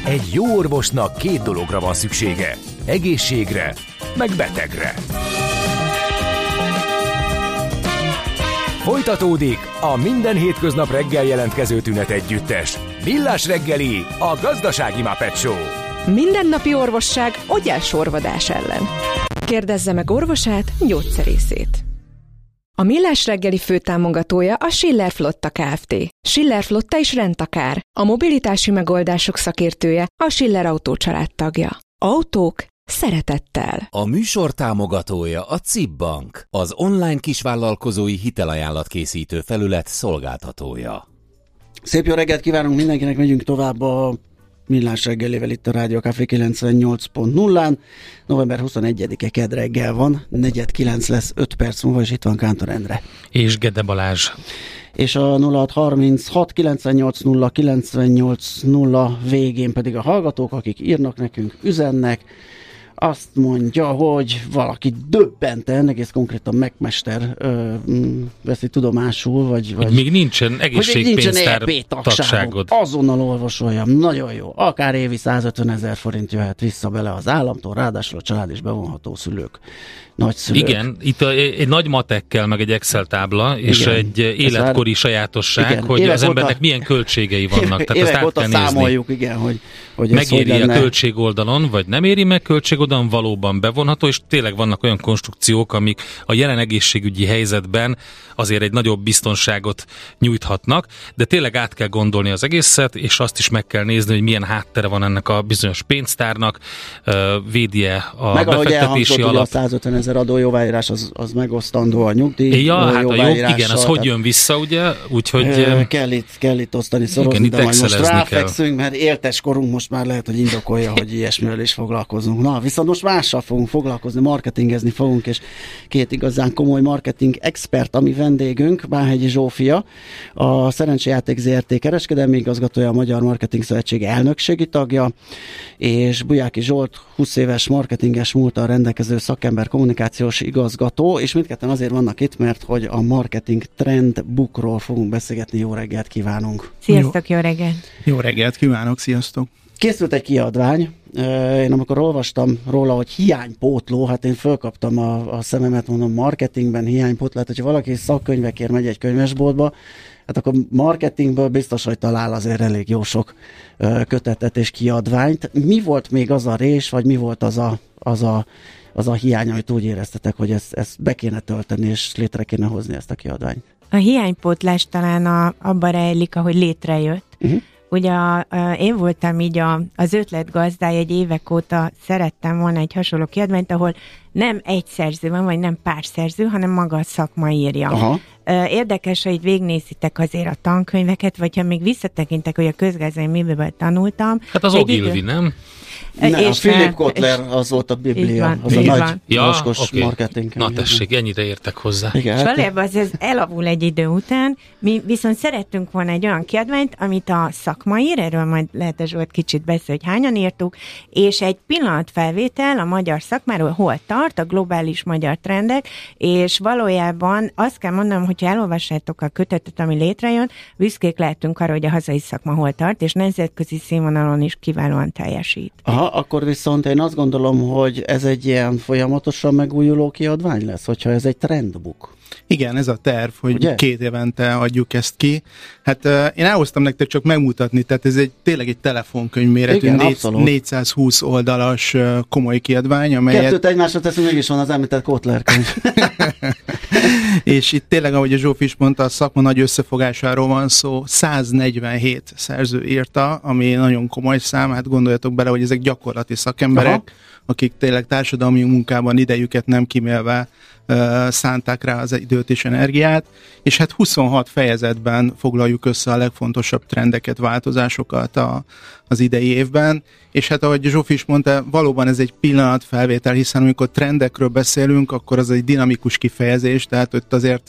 Egy jó orvosnak 2 dologra van szüksége. Egészségre, meg betegre. Folytatódik a minden hétköznap reggel jelentkező tünet együttes. Millás reggeli, a gazdasági Muppet Show. Mindennapi orvosság ogyásorvadás ellen. Kérdezze meg orvosát, gyógyszerészét. A Millás reggeli főtámogatója a Schiller Flotta Kft. Schiller Flotta is rendtakár. A mobilitási megoldások szakértője, a Schiller Autó család tagja. Autók szeretettel. A műsor támogatója a CIP Bank, az online kisvállalkozói hitelajánlatkészítő felület szolgáltatója. Szép jó reggelt kívánunk mindenkinek, megyünk tovább a Millás reggelével itt a Rádió Café 98.0-án. November 21-e kedd reggel van, 8:45 lesz 5 perc múlva, és itt van Kántor Endre. És Gede Balázs. És a 0636 980 980 végén pedig a hallgatók, akik írnak nekünk, üzennek. Azt mondja, hogy valaki döbbenten, egész konkrétan megmester veszi tudomásul, vagy még nincsen egészségpénztár tagságod. Azonnal olvasoljam, nagyon jó. Akár évi 150 000 forint jöhet vissza bele az államtól, ráadásul a család is bevonható szülők. Nagyszülők. Igen, itt egy nagy matekkel, meg egy Excel tábla, és igen, egy életkori sajátosság, igen, hogy az embernek milyen költségei vannak. Tehát évek óta számoljuk, igen, hogy megéri a költségoldalon, vagy nem éri meg költségoldalon, valóban bevonható, és tényleg vannak olyan konstrukciók, amik a jelen egészségügyi helyzetben azért egy nagyobb biztonságot nyújthatnak, de tényleg át kell gondolni az egészet, és azt is meg kell nézni, hogy milyen háttere van ennek a bizonyos pénztárnak, védi-e a meg befektetési alap. A 150 000 adójóváírás az megosztandó a nyugdíj. Ja, hát igen, az hogy jön vissza, ugye? Úgyhogy kell itt osztani, szorozni, igen, de majd most ráfekszünk, mert éltes korunk most már lehet, hogy indokolja, hogy ilyesmivel is foglalkozunk. Na, viszont most mással fogunk foglalkozni, marketingezni fogunk, és 2 igazán komoly marketing expert, ami vendégünk, Bánhegyi Zsófia, a Szerencsejáték Zrt. Kereskedelmi igazgatója, a Magyar Marketing Szövetség elnökségi tagja, és Bujáki Zsolt 20 éves marketinges múlttal rendelkező szakember, kommunikációs igazgató, és mindketten azért vannak itt, mert hogy a Marketing Trend Bookról fogunk beszélgetni. Jó reggelt kívánunk! Sziasztok, jó reggelt! Jó reggelt kívánok, sziasztok! Készült egy kiadvány, én amikor olvastam róla, hogy hiánypótló, hát én fölkaptam a szememet, mondom, marketingben hiánypótló, hát hogyha valaki szakkönyvekért megy egy könyvesboltba, hát akkor marketingből biztos, hogy talál azért elég jó sok kötetet és kiadványt. Mi volt még az a rés, vagy mi volt az a hiány, amit úgy éreztetek, hogy ezt be kéne tölteni, és létre kéne hozni ezt a kiadványt? A hiánypótlás talán abban rejlik, ahogy létrejött. Uh-huh. Ugye én voltam így az ötlet gazdája, egy évek óta szerettem volna egy hasonló kiadványt, ahol nem egy szerző van, vagy nem pár szerző, hanem maga a szakma írja. Aha. Érdekes, hogy végignézitek azért a tankönyveket, vagy ha még visszatekintek, hogy a közgazdasági miből tanultam. Hát az Ogilvy, nem? A Philip Kotler az volt a Biblia, az a nagy moskos marketing. Na tessék, ennyire értek hozzá. És valójában ez elavul egy idő után. Mi viszont szerettünk volna egy olyan kiadványt, amit a szakma ír, erről majd lehet a Zsolt kicsit beszél, hogy hányan írtuk, és egy pillanatfelvétel a magyar szakmáról, hol tart, a globális magyar trendek, és valójában azt kell mondanom, hogyha elolvassátok a kötetet, ami létrejön, büszkék lehetünk arra, hogy a hazai szakma hol tart, és nemzetközi színvonalon is kiválóan teljesít. Aha, akkor viszont én azt gondolom, hogy ez egy ilyen folyamatosan megújuló kiadvány lesz, hogyha ez egy trendbook. Igen, ez a terv, hogy ugye? 2 évente adjuk ezt ki. Hát én elhoztam nektek csak megmutatni, tehát ez tényleg egy telefonkönyv méretű, 420 oldalas komoly kiadvány, amelyet... 2 egymásra teszünk, mégis van az említett Kotler könyv. És itt tényleg, ahogy a Zsófi is mondta, a szakma nagy összefogásáról van szó, 147 szerző írta, ami nagyon komoly szám, hát gondoljatok bele, hogy ezek gyakorlati szakemberek, aha, akik tényleg társadalmi munkában idejüket nem kimélve szánták rá az időt és energiát, és hát 26 fejezetben foglaljuk össze a legfontosabb trendeket, változásokat az idei évben, és hát ahogy Zsófi is mondta, valóban ez egy pillanatfelvétel, hiszen amikor trendekről beszélünk, akkor az egy dinamikus kifejezés, tehát ott azért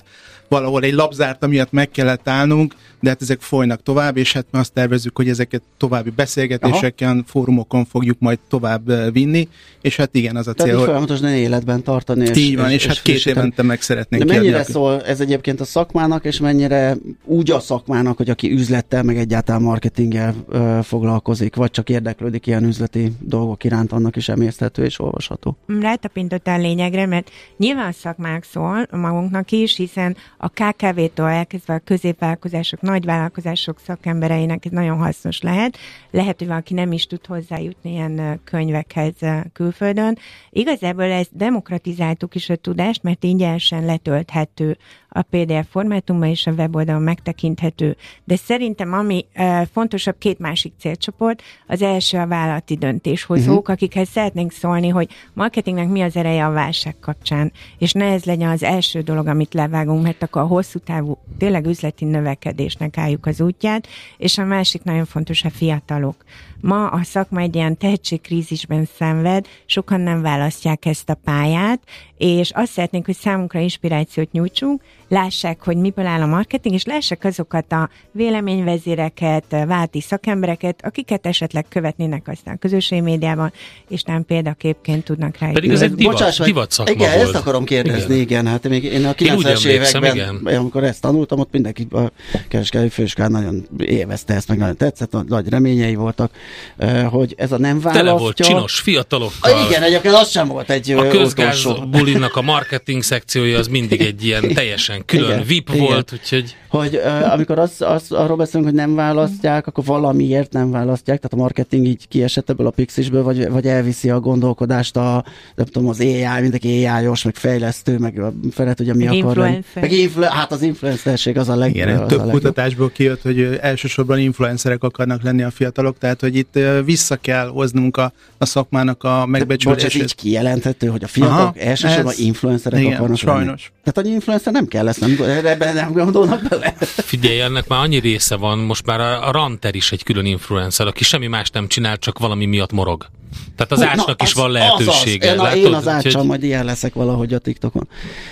valahol egy labzárta miatt meg kellett állnunk, de hát ezek folynak tovább, és hát mi azt tervezzük, hogy ezeket további beszélgetéseken, fórumokon fogjuk majd tovább vinni, és hát igen, az a cél, hogy folyamatosan életben tartani. Így van, és hát 2 évente meg szeretnénk kiadni. De mennyire kiadni. szól ez egyébként a szakmának, és mennyire úgy a szakmának, hogy aki üzlettel, meg egyáltalán marketinggel foglalkozik, vagy csak érdeklődik ilyen üzleti dolgok iránt, annak is emészthető és olvasható? Rátapintottál lényegre, mert nyilván szakmák szól magunknak is, hiszen a KKV-től elkezdve a középvállalkozások, nagyvállalkozások szakembereinek ez nagyon hasznos lehet. Lehet, hogy valaki nem is tud hozzájutni ilyen könyvekhez külföldön. Igazából ezt demokratizáltuk is a tudást, mert ingyenesen letölthető a PDF formátumban és a weboldalon megtekinthető. De szerintem ami fontosabb, 2 másik célcsoport, az első a vállalati döntéshozók, akikhez szeretnénk szólni, hogy marketingnek mi az ereje a válság kapcsán, és ne ez legyen az első dolog, amit levágunk, mert akkor a hosszú távú, tényleg üzleti növekedésnek álljuk az útját, és a másik nagyon fontos a fiatalok. Ma a szakma egy ilyen tehetségkrízisben szenved, sokan nem választják ezt a pályát, és azt szeretnénk, hogy számunkra inspirációt nyújtsunk, lássák, hogy miből áll a marketing, és lássák azokat a véleményvezéreket, vállalati szakembereket, akiket esetleg követnének aztán a közösségi médiában, és nem példaképként tudnak rájuk. Pedig ez egy divat szakma igen, volt. Ezt akarom kérdezni, igen. Hát még én a 90-es években, amikor ezt tanultam, ott mindenki a kereskedelmi főiskolán nagyon élvezte ezt, meg nagyon tetszett, nagy reményei voltak, hogy ez a nem választja. Tele volt csinos fiatalokkal. Igen, egyébként az sem volt egy a közgázbulinak a marketing szekciója az mindig egy ilyen teljesen külön igen, VIP igen. volt, úgyhogy... Hogy amikor arról beszélünk, hogy nem választják, akkor valamiért nem választják, tehát a marketing így kiesett ebből a pixisből, vagy elviszi a gondolkodást nem tudom, az AI, mindenki AI-os, meg fejlesztő, meg fele tudja mi akar. Hát az influencerség az a leg... Igen, több kutatásból kijött, hogy elsősorban influencerek akarnak lenni a fiatalok, tehát hogy itt vissza kell hoznunk a szakmának a megbecsülését. Bocs, ez így kijelenthető, hogy a fiatalok elsősorban influencerek akarnak sajnos. lenni. Tehát annyi influencer nem kell, ezt ebben nem gondolnak bele. Figyelj, ennek már annyi része van, most már a Ranter is egy külön influencer, aki semmi más nem csinál, csak valami miatt morog. Tehát az Ácsnak is van lehetősége. Én az Áccsal majd ilyen leszek valahogy a TikTokon.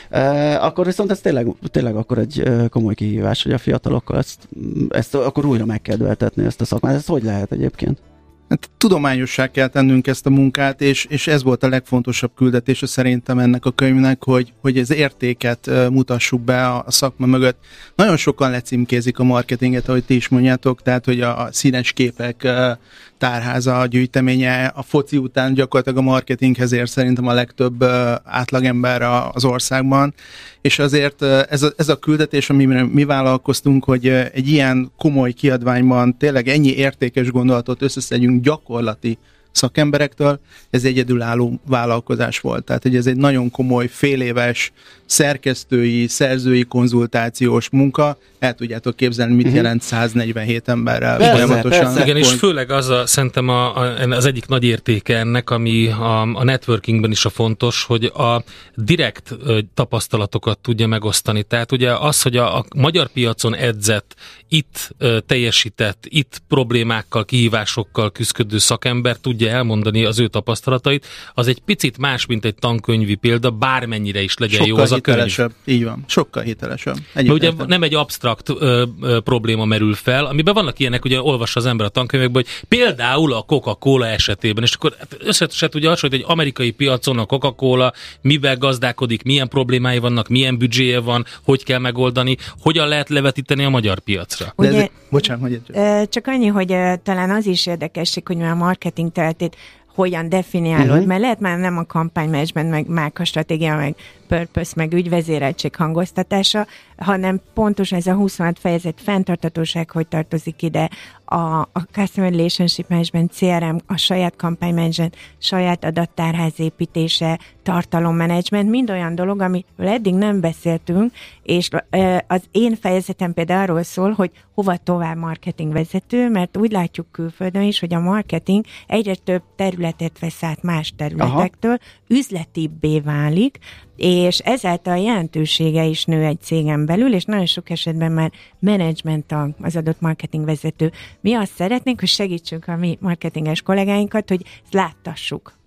Akkor viszont ez tényleg akkor egy komoly kihívás, hogy a fiatalokkal ezt akkor újra meg kell döltetni ezt a szakmát. Ez hogy lehet egyébként? Hát, tudományossá kell tennünk ezt a munkát, és ez volt a legfontosabb küldetése szerintem ennek a könyvnek, hogy az értéket mutassuk be a szakma mögött. Nagyon sokan lecímkézik a marketinget, ahogy ti is mondjátok, tehát hogy a színes képek tárháza, gyűjteménye, a foci után gyakorlatilag a marketinghez ér szerintem a legtöbb átlagember az országban, és azért ez a küldetés, amire mi vállalkoztunk, hogy egy ilyen komoly kiadványban tényleg ennyi értékes gondolatot összeszedjünk gyakorlati szakemberektől, ez egyedülálló vállalkozás volt. Tehát, hogy ez egy nagyon komoly, féléves szerkesztői, szerzői konzultációs munka. El tudjátok képzelni, mit jelent 147 emberrel folyamatosan. Igen, és főleg szerintem az egyik nagy értéke ennek, ami a networkingben is a fontos, hogy a direkt tapasztalatokat tudja megosztani. Tehát ugye az, hogy a magyar piacon edzett, itt teljesített, itt problémákkal, kihívásokkal küzdő szakember tudja elmondani az ő tapasztalatait, az egy picit más, mint egy tankönyvi példa, bármennyire is legyen sokkal jó az a könyv. Így van, sokkal hitelesebb. Mert ugye nem egy absztrakt probléma merül fel, amiben vannak ilyenek, ugye olvassa az ember a tankönyvekben, hogy például a Coca-Cola esetében, és akkor össze tudja hasonlítani, hogy egy amerikai piacon a Coca-Cola mivel gazdálkodik, milyen problémái vannak, milyen büdzséje van, hogy kell megoldani, hogyan lehet levetíteni a magyar piacra. Ugye, bocsánat, csak annyi, hogy talán az is érdekesség, hogy a marketing területét hogyan definiálod, mert lehet már nem a kampánymenedzsment, meg márka stratégia, meg purpose, meg ügyvezéreltség hangoztatása, hanem pontosan ez a 26 fejezet fenntarthatóság, hogy tartozik ide, a Customer Relationship Management, CRM, a saját kampánymenedzsment, saját adattárház építése, tartalommenedzsment, mind olyan dolog, amiről eddig nem beszéltünk, és az én fejezetem például arról szól, hogy hova tovább marketingvezető, mert úgy látjuk külföldön is, hogy a marketing egyre több területet vesz át más területektől, üzletibbé válik, és ezáltal jelentősége is nő egy cégen belül, és nagyon sok esetben már menedzsment az adott marketingvezető. Mi azt szeretnénk, hogy segítsünk a mi marketinges kollégáinkat, hogy ezt láttassuk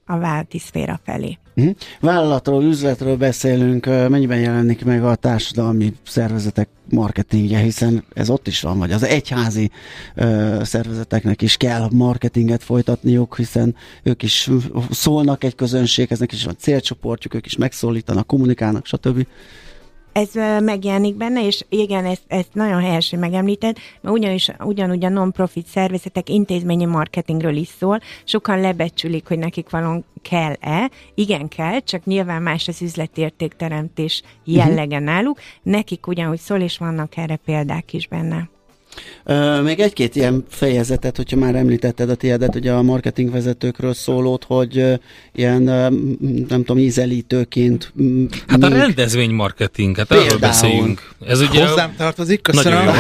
a vállalati szféra felé. Vállalatról, üzletről beszélünk, mennyiben jelenik meg a társadalmi szervezetek marketingje, hiszen ez ott is van, vagy az egyházi szervezeteknek is kell marketinget folytatniuk, hiszen ők is szólnak egy közönséghez, nekik is van célcsoportjuk, ők is megszólítanak, kommunikálnak, stb. Ez megjelenik benne, és igen, ezt nagyon helyes, hogy megemlíted, mert ugyanúgy a non-profit szervezetek intézményi marketingről is szól, sokan lebecsülik, hogy nekik valami kell-e. Igen kell, csak nyilván más az üzletértékteremtés jellege náluk. Nekik ugyanúgy szól, és vannak erre példák is benne. Még egy-két ilyen fejezetet, hogyha már említetted a tiédet, ugye a marketingvezetőkről szólót, hogy ilyen, nem tudom, ízelítőként. Hát a rendezvénymarketing, hát arról beszéljünk. Ez ugye hozzám tartozik, köszönöm.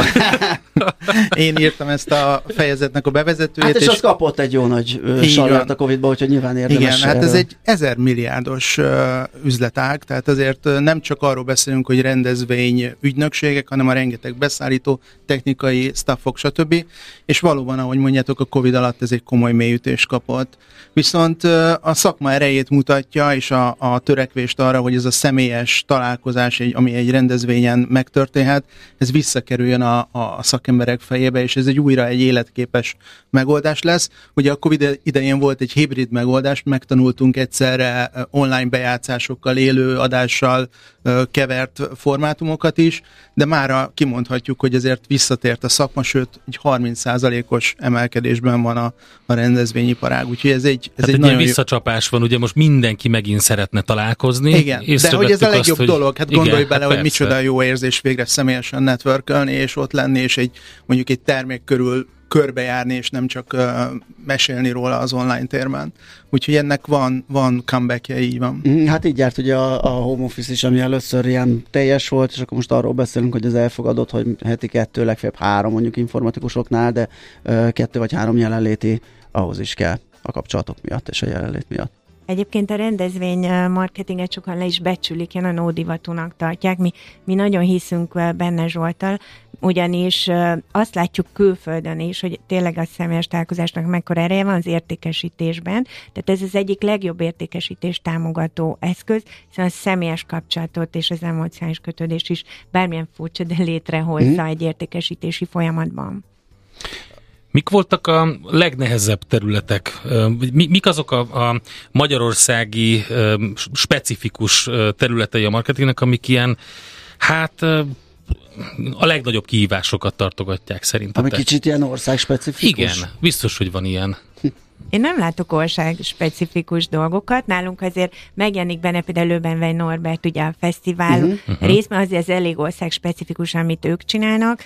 Én írtam ezt a fejezetnek a bevezetőjét. Hát és az kapott egy jó nagy sallárt a Covid-ba, úgyhogy nyilván érdemes. Igen, hát ez egy 1000 milliárdos üzletág, tehát azért nem csak arról beszélünk, hogy rendezvény ügynökségek, hanem a rengeteg beszállító, technikai staffok, stb. És valóban, ahogy mondjátok, a Covid alatt ez egy komoly mélyütést kapott. Viszont a szakma erejét mutatja, és a törekvést arra, hogy ez a személyes találkozás, ami egy rendezvényen megtörténhet, ez visszakerüljön a szakemberek fejébe, és ez újra egy életképes megoldás lesz. Ugye a Covid idején volt egy hibrid megoldás, megtanultunk egyszerre online bejátszásokkal, élő adással kevert formátumokat is, de mára kimondhatjuk, hogy ezért visszatért a szakma, sőt, egy 30%-os emelkedésben van a rendezvényiparág. Úgyhogy ez egy nagyon visszacsapás van, ugye most mindenki megint szeretne találkozni. Igen, de hogy ez a legjobb dolog, hát gondolj bele, hogy micsoda jó érzés végre személyesen networkölni, és ott lenni, és mondjuk egy termék körül körbejárni, és nem csak mesélni róla az online térben. Úgyhogy ennek van comebackje, így van. Hát így járt ugye a home office is, ami először ilyen teljes volt, és akkor most arról beszélünk, hogy az elfogadott, hogy heti 2, legfeljebb 3 mondjuk informatikusoknál, de 2 vagy 3 jelenléti ahhoz is kell a kapcsolatok miatt és a jelenlét miatt. Egyébként a rendezvény marketinget sokan le is becsülik, ilyen a nódivatúnak tartják. Mi nagyon hiszünk benne Zsolttal, ugyanis azt látjuk külföldön is, hogy tényleg a személyes találkozásnak mekkora ereje van az értékesítésben. Tehát ez az egyik legjobb értékesítés támogató eszköz, hiszen a személyes kapcsolatot és az emocionális kötődést is bármilyen furcsa, de létrehozza egy értékesítési folyamatban. Mik voltak a legnehezebb területek? Mik azok a magyarországi specifikus területei a marketingnek, amik ilyen, hát a legnagyobb kihívásokat tartogatják szerintem? Ami kicsit ilyen országspecifikus? Igen, biztos, hogy van ilyen. Én nem látok ország-specifikus dolgokat. Nálunk azért megjelenik benne például Löbenvein Norbert, ugye a fesztivál részben, azért ez elég ország-specifikus, amit ők csinálnak,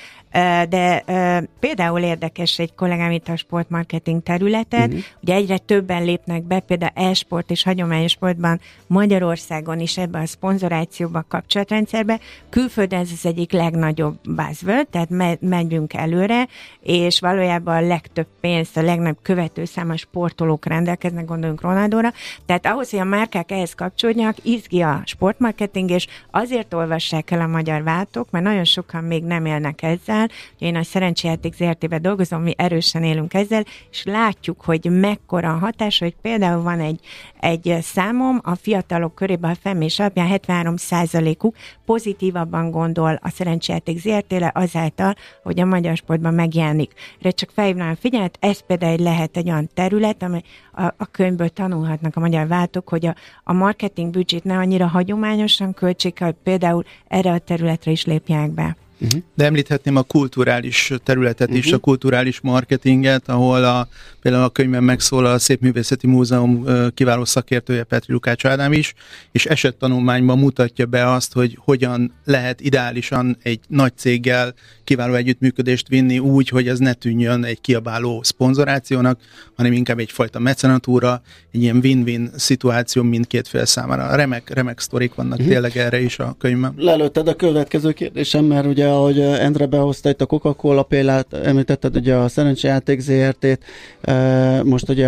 de például érdekes egy kollégám itt a sportmarketing területet, ugye egyre többen lépnek be, például e-sport és hagyományos sportban Magyarországon is ebbe a szponzorációba, a kapcsolatrendszerbe. Külföldön ez az egyik legnagyobb buzzword, tehát megyünk előre, és valójában a legtöbb pénzt, a legnagyobb követőszámos sportolók rendelkeznek, gondoljunk Ronaldóra. Tehát ahhoz, hogy a márkák ehhez kapcsolódjanak, izgi a sportmarketing, és azért olvassák el a magyar váltók, mert nagyon sokan még nem élnek ezzel. Én a Szerencsejáték ZRT-ben dolgozom, mi erősen élünk ezzel, és látjuk, hogy mekkora a hatás, hogy például van egy számom, a fiatalok körében a felmérés alapján 73%-uk pozitívabban gondol a Szerencsejáték ZRT-re azáltal, hogy a magyar sportban megjelenik. Erre csak felhívnám a figyelmet, ez például lehet egy olyan terület, amely a könyvből tanulhatnak a magyar váltók, hogy a marketing büdzsét ne annyira hagyományosan költsék, hogy például erre a területre is lépjenek be. De említhetném a kulturális területet is, a kulturális marketinget, ahol például a könyvben megszólal a Szépművészeti Múzeum kiváló szakértője Petri Lukács Ádám is, és esettanulmányban mutatja be azt, hogy hogyan lehet ideálisan egy nagy céggel kiváló együttműködést vinni úgy, hogy ez ne tűnjön egy kiabáló szponzorációnak, hanem inkább egyfajta mecenatúra, egy ilyen win-win szituáció mindkét fél számára. Remek sztorik vannak tényleg erre is a könyvben. Lelőtted a következő kérdésem, mert ugye ahogy Endre behozta itt a Coca-Cola példát, említetted ugye a Szerencsejáték ZRT-t, most ugye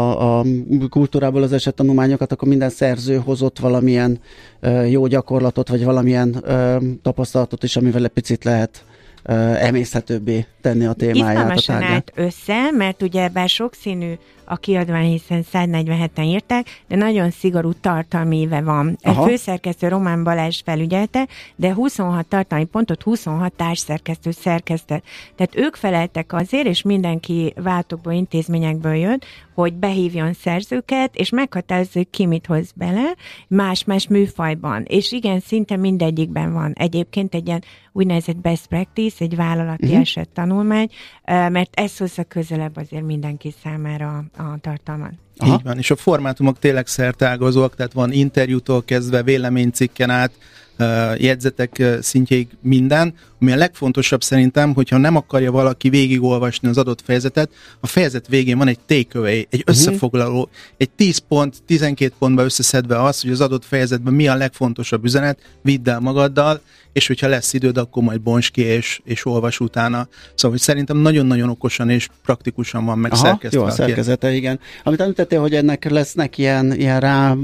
a kultúrából az esettanulmányokat, akkor minden szerző hozott valamilyen jó gyakorlatot, vagy valamilyen tapasztalatot is, amivel egy picit lehet emészhetőbbé tenni a témáját. Izgalmasan állt össze, mert ugye bár sokszínű a kiadvány, hiszen 147-en írták, de nagyon szigorú tartalmi éve van. A főszerkesztő Román Balázs felügyelte, de 26 tartalmi pontot 26 társszerkesztő szerkesztett. Tehát ők feleltek azért, és mindenki váltókból, intézményekből jött, hogy behívjon szerzőket, és meghatározzuk ki mit hoz bele, más-más műfajban. És igen, szinte mindegyikben van. Egyébként egy ilyen úgynevezett best practice, egy vállalati eset tanulmány, mert ez hozza közelebb azért mindenki számára a tartalmat. Aha. Így van, és a formátumok tényleg szerteágazóak, tehát van interjútól kezdve véleménycikken át, jegyzetek szintjéig minden, ami a legfontosabb szerintem, hogyha nem akarja valaki végigolvasni az adott fejezetet, a fejezet végén van egy takeaway, egy összefoglaló, egy 10 pont, 12 pontba összeszedve az, hogy az adott fejezetben mi a legfontosabb üzenet, vidd el magaddal, és hogyha lesz időd, akkor majd bonts ki és olvas utána. Szóval, hogy szerintem nagyon-nagyon okosan és praktikusan van megszerkesztve. Jó a szerkezete, igen. Amit említettél, hogy ennek lesznek ilyen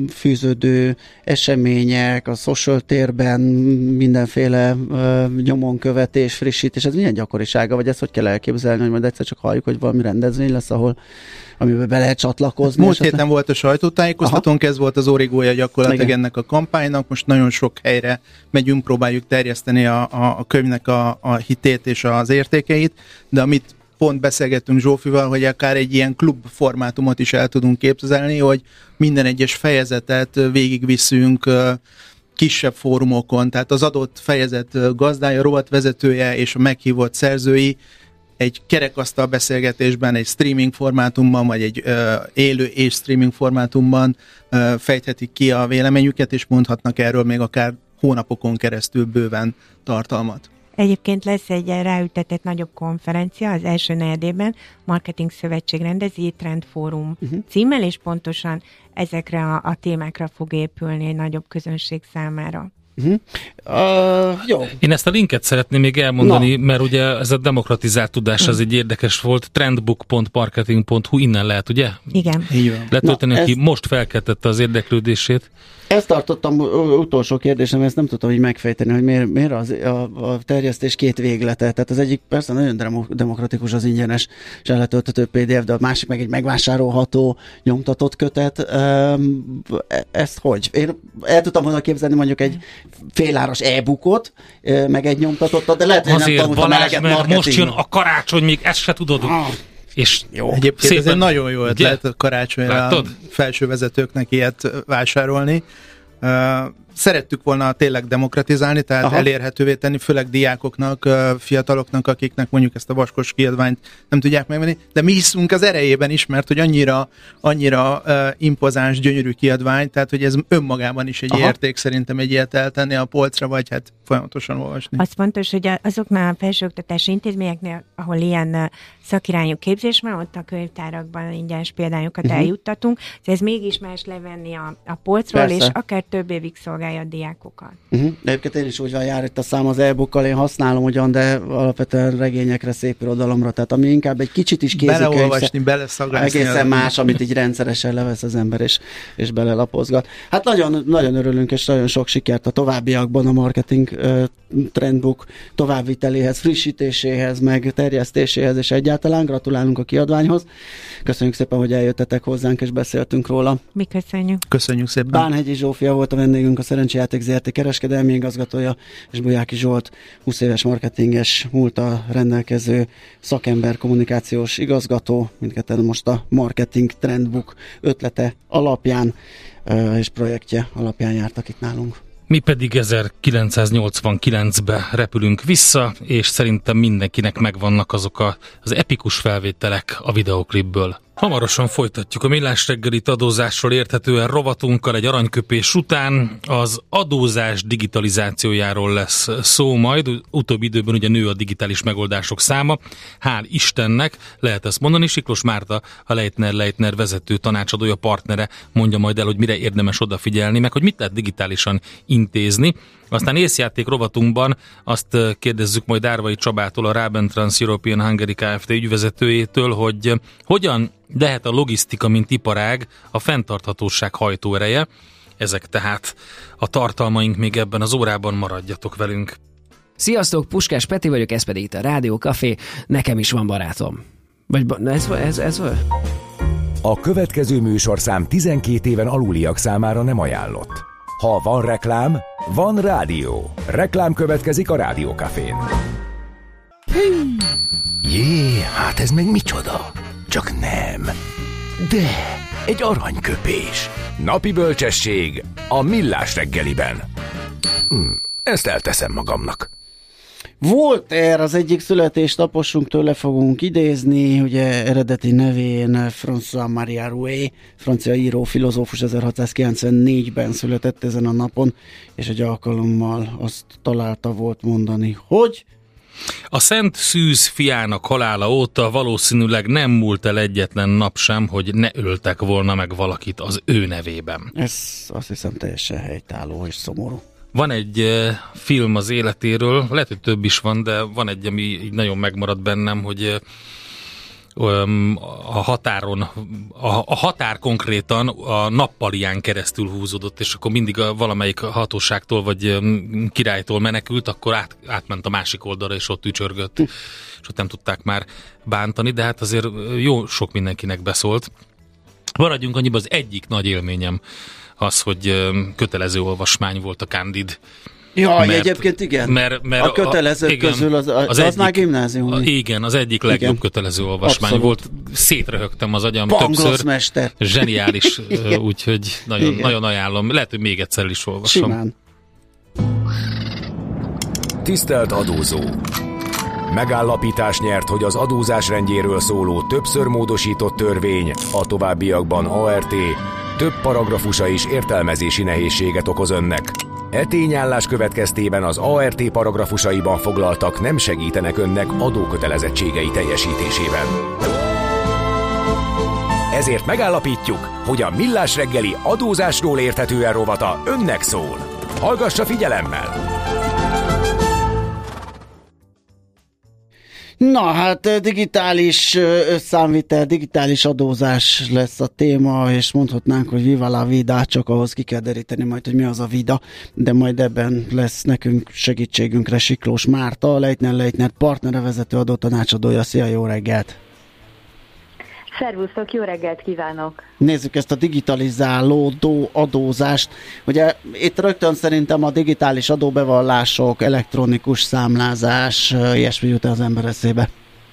ráfűződő események, a social térben mindenféle nyomonkövetés, frissítés, ez milyen gyakorisága, vagy ezt hogy kell elképzelni, hogy majd egyszer csak halljuk, hogy valami rendezvény lesz, amiben be lehet csatlakozni. Múlt héten volt a sajtótájékoztatónk, ez volt az origója gyakorlatilag ennek a kampánynak, most nagyon sok helyre megyünk, próbáljuk terjeszteni a könyvnek a hitét és az értékeit, de amit pont beszélgettünk Zsófival, hogy akár egy ilyen klub formátumot is el tudunk képzelni, hogy minden egyes fejezetet végigviszünk kisebb fórumokon, tehát az adott fejezet gazdája, rovatvezetője és a meghívott szerzői egy kerekasztal beszélgetésben, egy streaming formátumban, vagy egy élő és streaming formátumban fejthetik ki a véleményüket, és mondhatnak erről még akár hónapokon keresztül bőven tartalmat. Egyébként lesz egy ráültetett nagyobb konferencia az első negyedében, Marketing Szövetség rendezi, Trend Fórum címmel, és pontosan ezekre a témákra fog épülni egy nagyobb közönség számára. Jó. Én ezt a linket szeretném még elmondani, mert ugye ez a demokratizált tudás az egy érdekes volt. Trendbook.marketing.hu, innen lehet, ugye? Igen. Letölteni, aki most felkeltette az érdeklődését. Ezt tartottam utolsó kérdésem, ezt nem tudtam így megfejteni, hogy miért a terjesztés két véglete. Tehát az egyik persze nagyon demokratikus, az ingyenes és elletölthető PDF, de a másik meg egy megvásárolható, nyomtatott kötet. Ezt hogy? Én el tudtam volna képzelni mondjuk egy féláras e-bookot, meg egy nyomtatottat, de lehet, hogy azért nem tudom, Balázs, mert most jön a karácsony, még ezt se tudod. És jó. Egyébként ez egy nagyon jó ötlet a karácsonyra a felső vezetőknek ilyet vásárolni. Szerettük volna tényleg demokratizálni, tehát elérhetővé tenni, főleg diákoknak, fiataloknak, akiknek mondjuk ezt a vaskos kiadványt nem tudják megvenni, de mi hiszünk az erejében is, mert hogy annyira impozáns, gyönyörű kiadvány, tehát hogy ez önmagában is egy érték, szerintem egy ilyet eltenni a polcra, vagy hát folyamatosan olvasni. Az fontos, hogy azoknál a felsőoktatási intézményeknél, ahol ilyen szakirányú képzés van, ott a könyvtárakban ingyenes példányokat eljuttatunk, ez mégis más levenni a polcról, persze. És akár több évig szolgálja a diákokat. De egyébként én is úgy van, jár itt a szám az e-bookkal, én használom ugyan, de alapvetően regényekre, szép irodalomra, tehát ami inkább egy kicsit is kézikönyv. Beleolvasni, beleszagászni. Egészen más, amit így rendszeresen levesz az ember, és belelapozgat. Hát nagyon, nagyon örülünk, és nagyon sok sikert a továbbiakban a Marketing Trendbook továbbviteléhez, frissítéséhez, meg terjesztéséhez, és egyáltalán gratulálunk a kiadványhoz. Köszönjük szépen, hogy eljöttetek hozzánk, és beszéltünk róla. Mi köszönjük. Köszönjük szépen. Bánhegyi Zsófia volt a vendégünk, a Szerencsejáték Zrt. Kereskedelmi igazgatója, és Bolyáki Zsolt 20 éves marketinges múlttal rendelkező szakember, kommunikációs igazgató, mindketten most a Marketing Trendbook ötlete alapján és projektje alapján jártak itt nálunk. Mi pedig 1989-be repülünk vissza, és szerintem mindenkinek megvannak azok az epikus felvételek a videoklipből. Hamarosan folytatjuk a Millás reggelit adózásról érthetően rovatunkkal egy aranyköpés után. Az adózás digitalizációjáról lesz szó majd. Utóbbi időben ugye nő a digitális megoldások száma. Hál' Istennek, lehet ezt mondani. Siklós Márta, a Leitner vezető tanácsadója, partnere mondja majd el, hogy mire érdemes odafigyelni, meg hogy mit lehet digitálisan intézni. Aztán észjáték rovatunkban azt kérdezzük majd Árvai Csabától, a Raben Trans European Hungary Kft. Ügyvezetőjétől, hogy hogyan lehet a logisztika, mint iparág a fenntarthatóság hajtóereje. Ezek tehát a tartalmaink még ebben az órában, maradjatok velünk. Sziasztok, Puskás Peti vagyok, ez pedig itt a Rádió Café, nekem is van barátom. Vagy ez volt? A következő műsorszám 12 éven aluliak számára nem ajánlott. Ha van reklám, van rádió. Reklám következik a Rádió Cafén. Jé, hát ez meg micsoda? Csak nem. De egy aranyköpés. Napi bölcsesség a Millás reggeliben. Ezt elteszem magamnak. Voltaire az egyik születésnaposunk, tőle fogunk idézni, ugye eredeti nevén François-Marie Arouet, francia író, filozófus, 1694-ben született ezen a napon, és egy alkalommal azt találta volt mondani, hogy a Szent Szűz fiának halála óta valószínűleg nem múlt el egyetlen nap sem, hogy ne öltek volna meg valakit az ő nevében. Ez azt hiszem teljesen helytálló és szomorú. Van egy film az életéről, lehet, hogy több is van, de van egy, ami így nagyon megmaradt bennem, hogy a határon, a határ konkrétan a nappalián keresztül húzódott, és akkor mindig valamelyik hatóságtól vagy királytól menekült, akkor átment a másik oldalra, és ott ücsörgött, és ott nem tudták már bántani, de hát azért jó sok mindenkinek beszólt. Maradjunk annyiban, az egyik nagy élményem az, hogy kötelező olvasmány volt a Candide. Jaj, egyébként igen. Mert a kötelezők közül az egyik, már gimnázium. Igen, az egyik legjobb kötelező olvasmány abszolút volt. Szétröhögtem az agyam többször. Mester. Zseniális, úgyhogy nagyon ajánlom. Lehet, hogy még egyszer is olvasom. Simán. Tisztelt adózó! Megállapítás nyert, hogy az adózás rendjéről szóló többször módosított törvény, a továbbiakban ART, több paragrafusa is értelmezési nehézséget okoz önnek. E tényállás következtében az ART paragrafusaiban foglaltak nem segítenek önnek adókötelezettségei teljesítésében. Ezért megállapítjuk, hogy a Millás reggeli adózásról érthetően rovata önnek szól. Hallgassa figyelemmel! Na hát digitális összámvitel, digitális adózás lesz a téma, és mondhatnánk, hogy viva la vida, csak ahhoz ki kell deríteni majd, hogy mi az a vida, de majd ebben lesz nekünk segítségünkre Siklós Márta, a Leitner partnere, vezető adótanácsadója. Szia, jó reggelt! Szervusztok, jó reggelt kívánok! Nézzük ezt a digitalizálódó adózást. Ugye itt rögtön szerintem a digitális adóbevallások, elektronikus számlázás, ilyesmi jut az ember eszébe.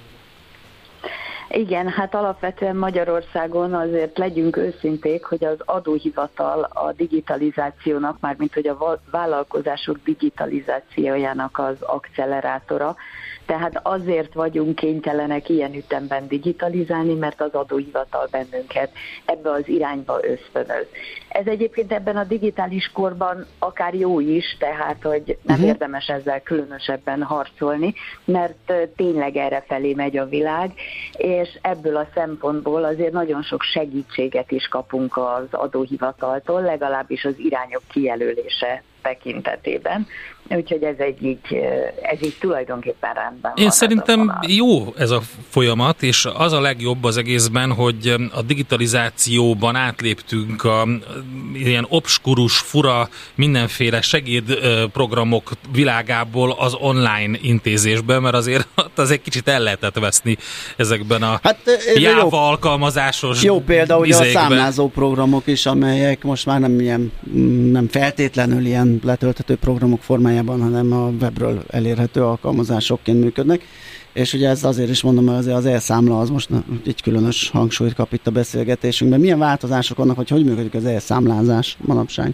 Igen, hát alapvetően Magyarországon azért legyünk őszinték, hogy az adóhivatal a digitalizációnak, mármint hogy a vállalkozások digitalizációjának az accelerátora. Tehát azért vagyunk kénytelenek ilyen ütemben digitalizálni, mert az adóhivatal bennünket ebbe az irányba ösztönöz. Ez egyébként ebben a digitális korban akár jó is, tehát hogy nem érdemes ezzel különösebben harcolni, mert tényleg errefelé megy a világ, és ebből a szempontból azért nagyon sok segítséget is kapunk az adóhivataltól, legalábbis az irányok kijelölése tekintetében. Úgyhogy ez így tulajdonképpen rendben van. Én szerintem jó ez a folyamat, és az a legjobb az egészben, hogy a digitalizációban átléptünk a ilyen obskurus, fura, mindenféle segédprogramok világából az online intézésbe, mert azért az egy kicsit el lehetett veszni ezekben a Java alkalmazásos jó példa, hogy a számlázó programok is, amelyek most már nem feltétlenül ilyen letölthető programok formájában, hanem a webről elérhető alkalmazásokként működnek. És ugye ez azért is mondom, hogy az elszámla az most egy különös hangsúlyt kap itt a beszélgetésünkben. Milyen változások vannak, hogy működik az elszámlázás manapság?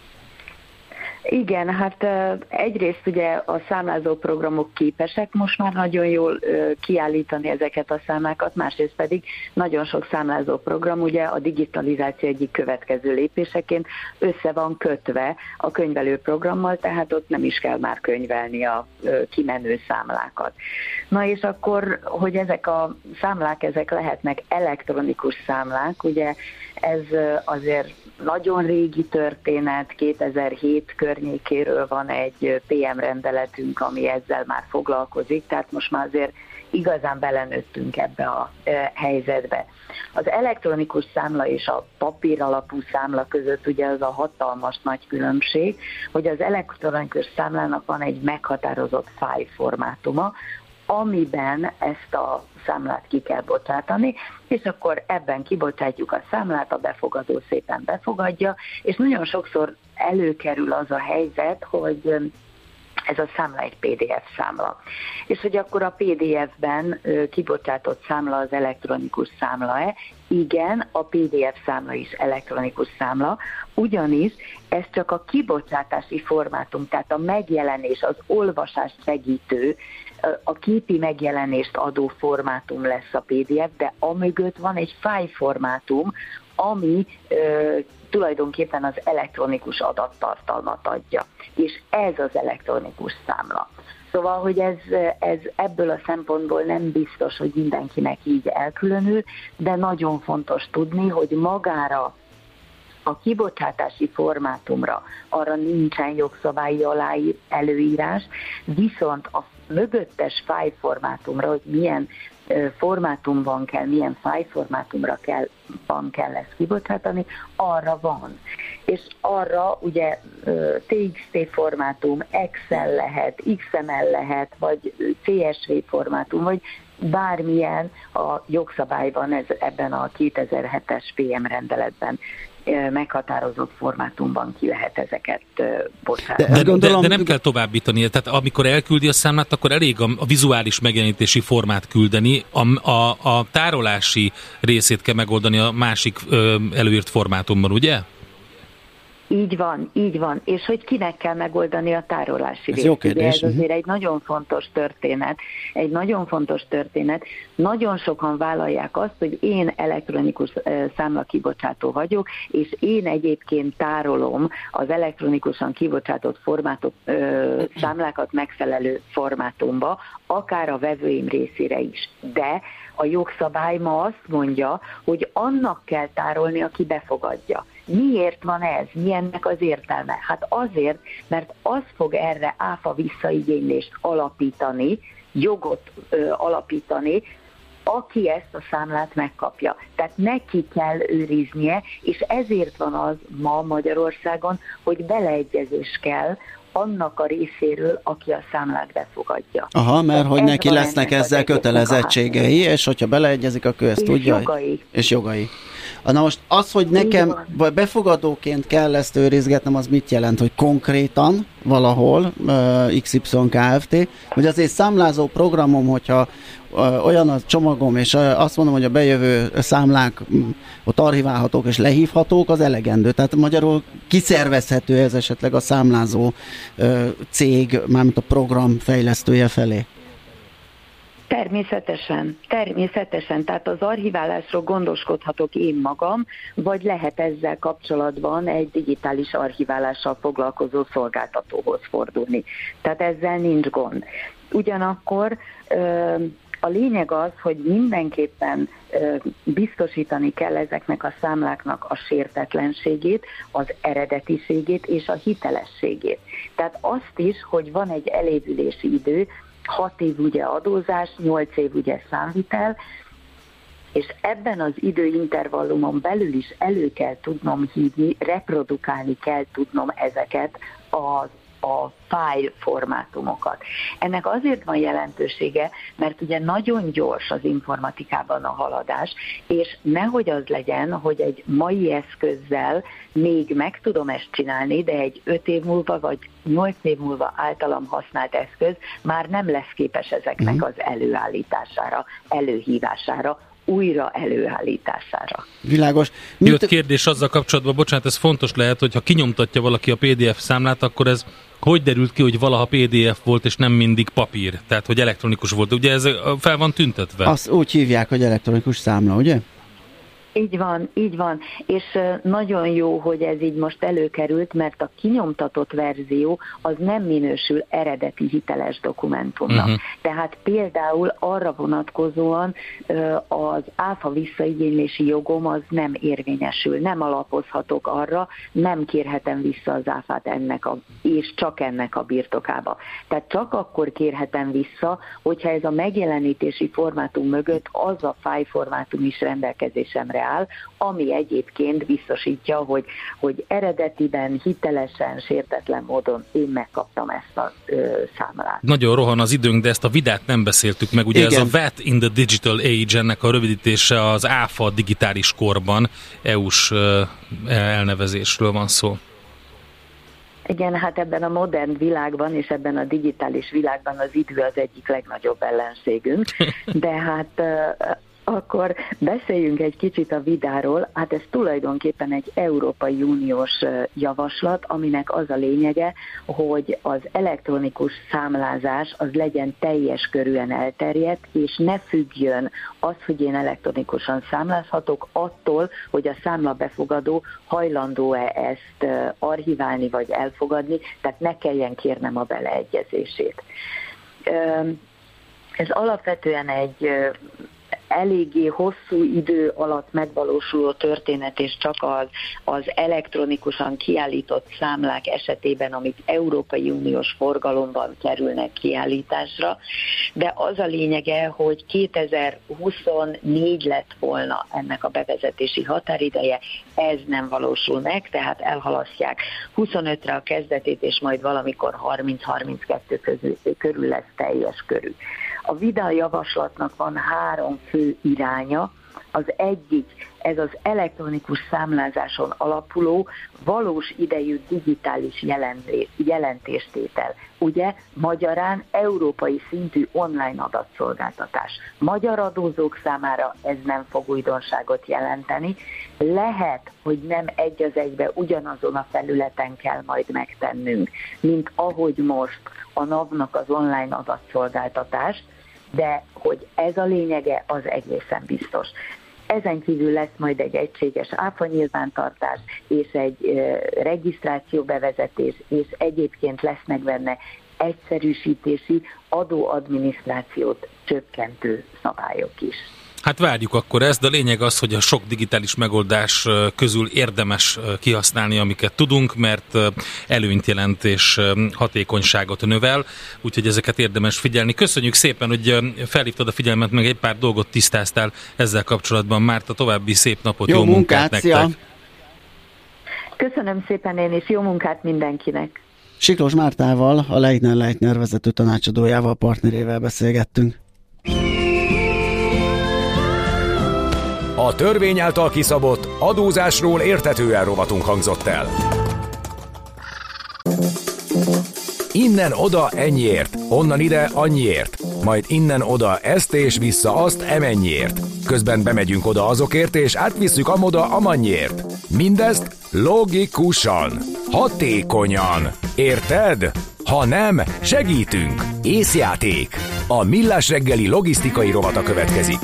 Igen, hát egyrészt ugye a számlázó programok képesek most már nagyon jól kiállítani ezeket a számlákat, másrészt pedig nagyon sok számlázó program ugye a digitalizáció egyik következő lépéseként össze van kötve a könyvelő programmal, tehát ott nem is kell már könyvelni a kimenő számlákat. Na és akkor, hogy ezek a számlák, ezek lehetnek elektronikus számlák, ugye ez azért nagyon régi történet, 2007 környékéről van egy PM rendeletünk, ami ezzel már foglalkozik, tehát most már azért igazán belenőttünk ebbe a helyzetbe. Az elektronikus számla és a papír alapú számla között ugye az a hatalmas nagy különbség, hogy az elektronikus számlának van egy meghatározott fájlformátuma, amiben ezt a számlát ki kell bocsátani, és akkor ebben kibocsátjuk a számlát, a befogadó szépen befogadja, és nagyon sokszor előkerül az a helyzet, hogy ez a számla egy PDF számla. És hogy akkor a PDF-ben kibocsátott számla az elektronikus számla-e? Igen, a PDF számla is elektronikus számla, ugyanis ez csak a kibocsátási formátum, tehát a megjelenés, az olvasást segítő, a képi megjelenést adó formátum lesz a PDF, de amögött van egy fájlformátum, ami tulajdonképpen az elektronikus adattartalmat adja. És ez az elektronikus számla. Szóval, hogy ez ebből a szempontból nem biztos, hogy mindenkinek így elkülönül, de nagyon fontos tudni, hogy magára a kibocsátási formátumra arra nincsen jogszabályi előírás, viszont a mögöttes fájlformátumra, hogy milyen formátumban kell, milyen fájlformátumra kell ezt kibocsátani, arra van. És arra ugye TXT formátum, Excel lehet, XML lehet, vagy CSV formátum, vagy bármilyen a jogszabályban, ebben a 2007-es PM rendeletben meghatározott formátumban ki lehet ezeket bocsátani. De nem kell továbbítani, tehát amikor elküldi a számlát, akkor elég a vizuális megjelenítési formát küldeni, a tárolási részét kell megoldani a másik előírt formátumban, ugye? Így van. És hogy kinek kell megoldani a tárolási részt. Ez azért egy nagyon fontos történet. Nagyon sokan vállalják azt, hogy én elektronikus számlakibocsátó vagyok, és én egyébként tárolom az elektronikusan kibocsátott számlákat megfelelő formátumba, akár a vevőim részére is. De a jogszabály ma azt mondja, hogy annak kell tárolni, aki befogadja. Miért van ez? Mi ennek az értelme? Hát azért, mert az fog erre áfa visszaigénylést alapítani, jogot alapítani, aki ezt a számlát megkapja. Tehát neki kell őriznie, és ezért van az ma Magyarországon, hogy beleegyezés kell annak a részéről, aki a számlát befogadja. Aha, mert hogy neki lesznek ezzel kötelezettségei, és hogyha beleegyezik, akkor ezt tudja. És jogai. Na most az, hogy nekem befogadóként kell ezt őrizgetnem, az mit jelent, hogy konkrétan valahol XY Kft., hogy azért számlázó programom, hogyha olyan a csomagom, és azt mondom, hogy a bejövő számlák ott archiválhatók és lehívhatók, az elegendő. Tehát magyarul kiszervezhető ez esetleg a számlázó cég, mármint a program fejlesztője felé. Természetesen. Tehát az archiválásról gondoskodhatok én magam, vagy lehet ezzel kapcsolatban egy digitális archiválással foglalkozó szolgáltatóhoz fordulni. Tehát ezzel nincs gond. Ugyanakkor a lényeg az, hogy mindenképpen biztosítani kell ezeknek a számláknak a sértetlenségét, az eredetiségét és a hitelességét. Tehát azt is, hogy van egy elévülési idő, 6 év ugye adózás, 8 év ugye számvitel, és ebben az időintervallumon belül is elő kell tudnom hívni, reprodukálni kell tudnom ezeket a file formátumokat. Ennek azért van jelentősége, mert ugye nagyon gyors az informatikában a haladás, és nehogy az legyen, hogy egy mai eszközzel még meg tudom ezt csinálni, de egy 5 év múlva vagy 8 év múlva általam használt eszköz már nem lesz képes ezeknek az előállítására, előhívására, újra előállítására. Világos. Jött kérdés azzal kapcsolatban, bocsánat, ez fontos lehet, hogy ha kinyomtatja valaki a PDF számlát, akkor ez hogy derült ki, hogy valaha PDF volt, és nem mindig papír? Tehát, hogy elektronikus volt. Ugye ez fel van tüntetve? Azt úgy hívják, hogy elektronikus számla, ugye? Így van, és nagyon jó, hogy ez így most előkerült, mert a kinyomtatott verzió az nem minősül eredeti hiteles dokumentumnak. Tehát például arra vonatkozóan az áfa visszaigénylési jogom az nem érvényesül, nem alapozhatok arra, nem kérhetem vissza az áfát és csak ennek a birtokába. Tehát csak akkor kérhetem vissza, hogyha ez a megjelenítési formátum mögött az a fájlformátum is rendelkezésemre áll, ami egyébként biztosítja, hogy eredetiben, hitelesen, sértetlen módon én megkaptam ezt a számlát. Nagyon rohan az időnk, de ezt a vidát nem beszéltük meg. Ugye igen. Ez a VAT in the Digital Age, ennek a rövidítése az ÁFA digitális korban, EU-s elnevezésről van szó. Igen, hát ebben a modern világban és ebben a digitális világban az idő az egyik legnagyobb ellenségünk, de hát akkor beszéljünk egy kicsit a vidáról. Hát ez tulajdonképpen egy Európai Uniós javaslat, aminek az a lényege, hogy az elektronikus számlázás az legyen teljes körűen elterjedt, és ne függjön az, hogy én elektronikusan számlázhatok, attól, hogy a számlabefogadó hajlandó-e ezt archiválni vagy elfogadni, tehát ne kelljen kérnem a beleegyezését. Ez alapvetően egy eléggé hosszú idő alatt megvalósuló történet, és csak az elektronikusan kiállított számlák esetében, amik Európai Uniós forgalomban kerülnek kiállításra, de az a lényege, hogy 2024 lett volna ennek a bevezetési határideje, ez nem valósul meg, tehát elhalasztják 25-re a kezdetét, és majd valamikor 30-32 körül lesz teljes körű. A VIDA javaslatnak van 3 fő iránya. Az egyik, ez az elektronikus számlázáson alapuló, valós idejű digitális jelentéstétel. Ugye, magyarán európai szintű online adatszolgáltatás. Magyar adózók számára ez nem fog újdonságot jelenteni. Lehet, hogy nem egy az egybe ugyanazon a felületen kell majd megtennünk, mint ahogy most a NAV-nak az online adatszolgáltatás, de hogy ez a lényege, az egészen biztos. Ezen kívül lesz majd egy egységes áfa nyilvántartás, és egy regisztráció bevezetés, és egyébként lesznek benne egyszerűsítési, adóadminisztrációt csökkentő szabályok is. Hát várjuk akkor ezt, de a lényeg az, hogy a sok digitális megoldás közül érdemes kihasználni, amiket tudunk, mert előnyt jelent és hatékonyságot növel, úgyhogy ezeket érdemes figyelni. Köszönjük szépen, hogy felhívtad a figyelmet, meg egy pár dolgot tisztáztál ezzel kapcsolatban. Márta, további szép napot, jó munkát nektek! Szia. Köszönöm szépen én is, jó munkát mindenkinek! Siklós Mártával, a Leitner vezető tanácsadójával, partnerével beszélgettünk. A törvény által kiszabott adózásról érthetően rovatunk hangzott el. Innen oda ennyiért, onnan ide annyiért, majd innen oda ezt és vissza azt emennyiért. Közben bemegyünk oda azokért és átvisszük amoda amannyiért. Mindezt logikusan, hatékonyan. Érted? Ha nem, segítünk. Észjáték. A Millás reggeli logisztikai rovata következik.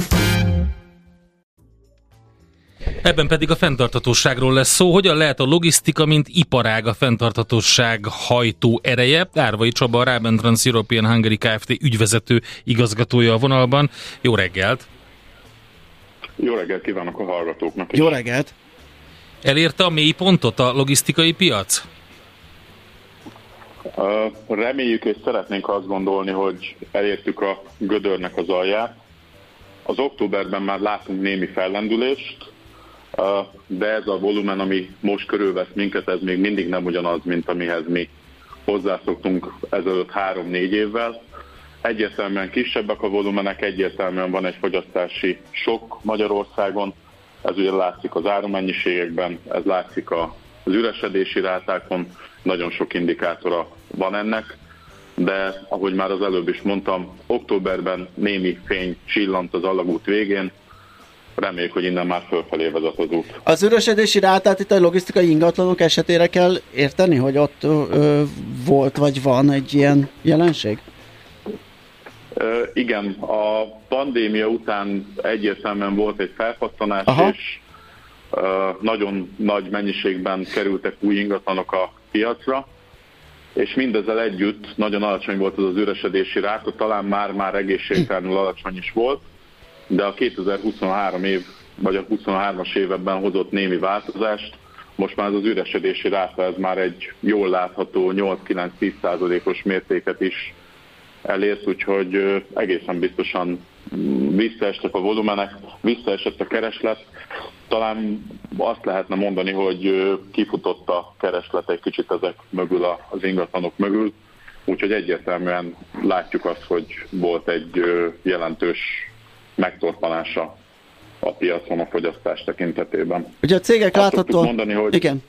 Ebben pedig a fenntarthatóságról lesz szó. Hogyan lehet a logisztika, mint iparág a fenntarthatóság hajtó ereje? Árvai Csaba, a Raben Trans-European Hungary Kft. Ügyvezető igazgatója a vonalban. Jó reggelt! Jó reggelt kívánok a hallgatóknak is. Jó reggelt! Elérte a mély pontot a logisztikai piac? Reméljük és szeretnénk azt gondolni, hogy elértük a gödörnek az alját. Az októberben már látunk némi fellendülést, de ez a volumen, ami most körülvesz minket, ez még mindig nem ugyanaz, mint amihez mi hozzászoktunk ezelőtt 3-4 évvel. Egyértelműen kisebbek a volumenek, egyértelműen van egy fogyasztási sok Magyarországon, ez ugye látszik az árumennyiségekben, ez látszik az üresedési rátákon, nagyon sok indikátora van ennek, de ahogy már az előbb is mondtam, októberben némi fény csillant az alagút végén, reméljük, hogy innen már fölfelé vezet az út. Az üresedési rátát itt a logisztikai ingatlanok esetére kell érteni, hogy ott volt vagy van egy ilyen jelenség? Igen, a pandémia után egyértelműen volt egy felpattanás, és nagyon nagy mennyiségben kerültek új ingatlanok a piacra, és mindezzel együtt nagyon alacsony volt az üresedési ráta, talán már egészségtelenül alacsony is volt, de a 2023 év, vagy a 23-as évben hozott némi változást, most már az üresedési ráta ez már egy jól látható 8-9-10%-os mértéket is elért, úgyhogy egészen biztosan visszaestek a volumenek, visszaesett a kereslet. Talán azt lehetne mondani, hogy kifutott a kereslet egy kicsit ezek mögül, az ingatlanok mögül, úgyhogy egyértelműen látjuk azt, hogy volt egy jelentős megtorpanása a piacon a fogyasztás tekintetében. Ugye a cégek láthatóan... Igen.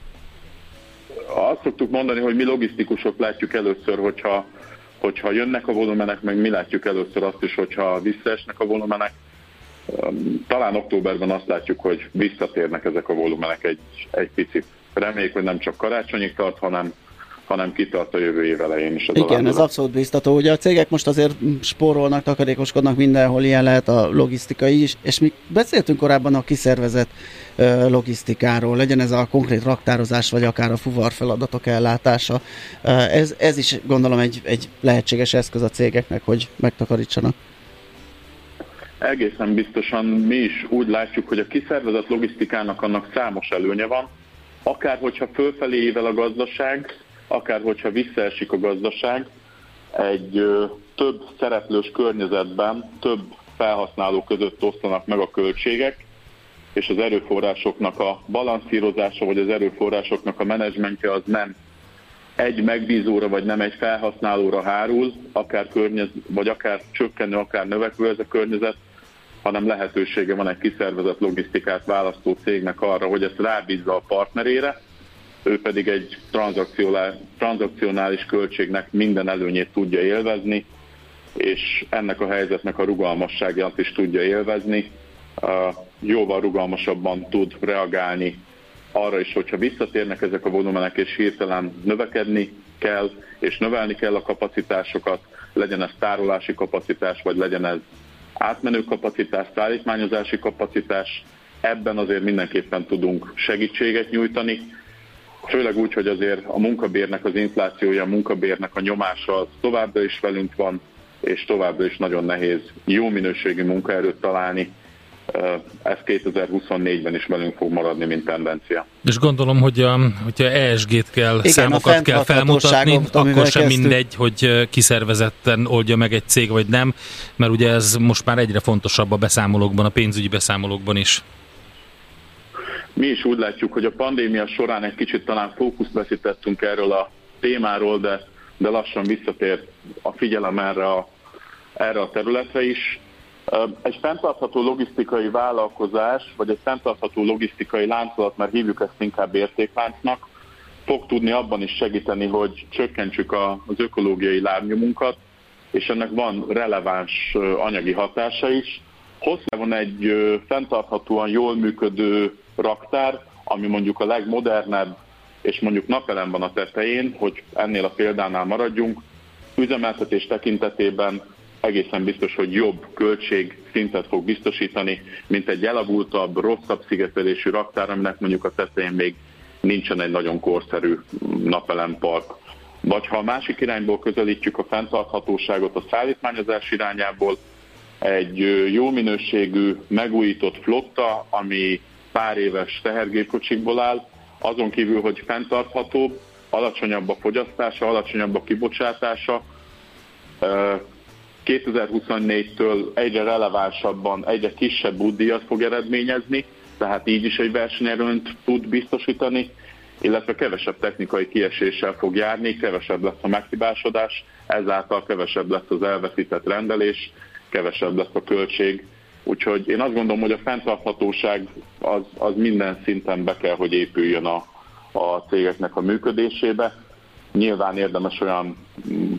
Azt szoktuk mondani, hogy mi logisztikusok látjuk először, hogyha jönnek a volumenek, meg mi látjuk először azt is, hogyha visszaesnek a volumenek. Talán októberben azt látjuk, hogy visszatérnek ezek a volumenek egy picit. Reméljük, hogy nem csak karácsonyig tart, hanem kitart a jövő év elején is. Igen, ez abszolút biztató. Ugye a cégek most azért spórolnak, takarékoskodnak, mindenhol ilyen lehet a logisztikai is, és mi beszéltünk korábban a kiszervezett logisztikáról, legyen ez a konkrét raktározás, vagy akár a fuvarfeladatok ellátása. Ez is gondolom egy lehetséges eszköz a cégeknek, hogy megtakarítsanak. Egészen biztosan mi is úgy látjuk, hogy a kiszervezett logisztikának annak számos előnye van, akár hogyha fölfelé ével a gazdaság, akár hogyha visszaesik a gazdaság, egy több szereplős környezetben több felhasználó között osztanak meg a költségek, és az erőforrásoknak a balanszírozása, vagy az erőforrásoknak a menedzsmentje az nem egy megbízóra, vagy nem egy felhasználóra hárul, vagy akár csökkenő, akár növekvő ez a környezet, hanem lehetősége van egy kiszervezett logisztikát választó cégnek arra, hogy ezt rábízza a partnerére, ő pedig egy tranzakcionális költségnek minden előnyét tudja élvezni, és ennek a helyzetnek a rugalmasságát is tudja élvezni. Jóval rugalmasabban tud reagálni arra is, hogyha visszatérnek ezek a volumenek, és hirtelen növekedni kell, és növelni kell a kapacitásokat, legyen ez tárolási kapacitás, vagy legyen ez átmenő kapacitás, szállítmányozási kapacitás. Ebben azért mindenképpen tudunk segítséget nyújtani, főleg úgy, hogy azért a munkabérnek az inflációja, a munkabérnek a nyomása az továbbra is velünk van, és továbbra is nagyon nehéz jó minőségű munkaerőt találni. Ez 2024-ben is velünk fog maradni, mint tendencia. És gondolom, hogyha ESG-t kell, igen, számokat kell felmutatni, akkor sem mindegy, hogy kiszervezetten oldja meg egy cég, vagy nem, mert ugye ez most már egyre fontosabb a beszámolókban, a pénzügyi beszámolókban is. Mi is úgy látjuk, hogy a pandémia során egy kicsit talán fókuszt veszítettünk erről a témáról, de lassan visszatér a figyelem erre a területre is. Egy fenntartható logisztikai vállalkozás, vagy egy fenntartható logisztikai láncolat, mert hívjuk ezt inkább értékláncnak, fog tudni abban is segíteni, hogy csökkentsük az ökológiai lábnyomunkat, és ennek van releváns anyagi hatása is. Hosszában egy fenntarthatóan jól működő raktár, ami mondjuk a legmodernebb, és mondjuk napelem van a tetején, hogy ennél a példánál maradjunk, üzemeltetés tekintetében egészen biztos, hogy jobb költségszintet fog biztosítani, mint egy elavultabb, rosszabb szigetelésű raktár, aminek mondjuk a tetején még nincsen egy nagyon korszerű napelempark. Vagy ha a másik irányból közelítjük a fenntarthatóságot a szállítmányozás irányából, egy jó minőségű, megújított flotta, ami pár éves tehergépkocsikból áll, azon kívül, hogy fenntarthatóbb, alacsonyabb a fogyasztása, alacsonyabb a kibocsátása, 2024-től egyre relevánsabban, egyre kisebb útdíjat fog eredményezni, tehát így is egy versenyerőnyt tud biztosítani, illetve kevesebb technikai kieséssel fog járni, kevesebb lesz a meghibásodás, ezáltal kevesebb lesz az elveszített rendelés, kevesebb lesz a költség. Úgyhogy én azt gondolom, hogy a fenntarthatóság az minden szinten be kell, hogy épüljön a cégeknek a működésébe. Nyilván érdemes olyan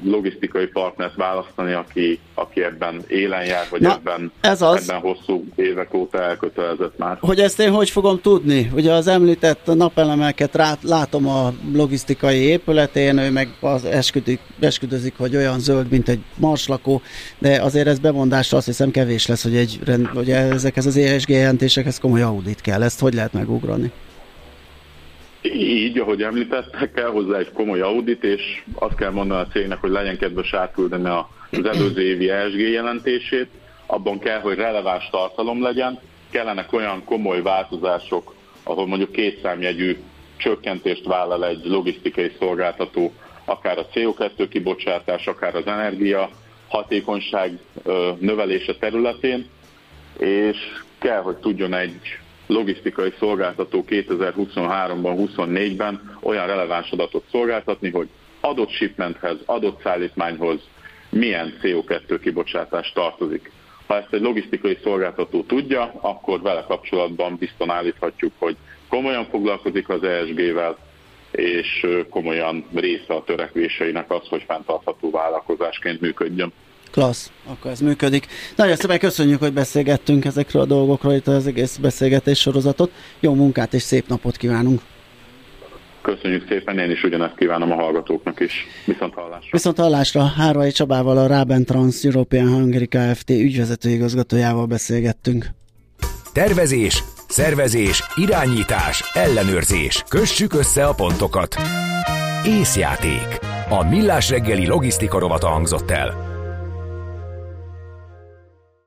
logisztikai partnert választani, aki ebben élen jár, vagy ebben hosszú évek óta elkötelezett már. Hogy ezt én hogy fogom tudni? Ugye az említett napelemeket látom a logisztikai épületén, ő meg esküdözik, hogy olyan zöld, mint egy marslakó, de azért ez bemondásra azt hiszem kevés lesz, hogy ezekhez az ESG jelentésekhez komoly audit kell. Ezt hogy lehet megugrani? Így, ahogy említettek, kell hozzá egy komoly audit, és azt kell mondani a cégnek, hogy legyen kedves átküldeni az előző évi ESG jelentését. Abban kell, hogy releváns tartalom legyen, kellenek olyan komoly változások, ahol mondjuk 2 számjegyű csökkentést vállal egy logisztikai szolgáltató, akár a CO2 kibocsátás, akár az energia hatékonyság növelése területén, és kell, hogy tudjon egy logisztikai szolgáltató 2023-ban, 24-ben olyan releváns adatot szolgáltatni, hogy adott shipmenthez, adott szállítmányhoz milyen CO2 kibocsátás tartozik. Ha ezt egy logisztikai szolgáltató tudja, akkor vele kapcsolatban biztosan állíthatjuk, hogy komolyan foglalkozik az ESG-vel, és komolyan része a törekvéseinek az, hogy fenntartható vállalkozásként működjön. Klassz, akkor ez működik. Nagyon szépen köszönjük, hogy beszélgettünk ezekről a dolgokról, itt az egész beszélgetés sorozatot. Jó munkát és szép napot kívánunk! Köszönjük szépen, én is ugyanezt kívánom a hallgatóknak is. Viszont hallásra! Viszont hallásra Hárvai Csabával, a Raben Trans European Hungary Kft. Ügyvezető igazgatójával beszélgettünk. Tervezés, szervezés, irányítás, ellenőrzés. Kössük össze a pontokat. Észjáték. A Millás reggeli logisztika rovata hangzott el.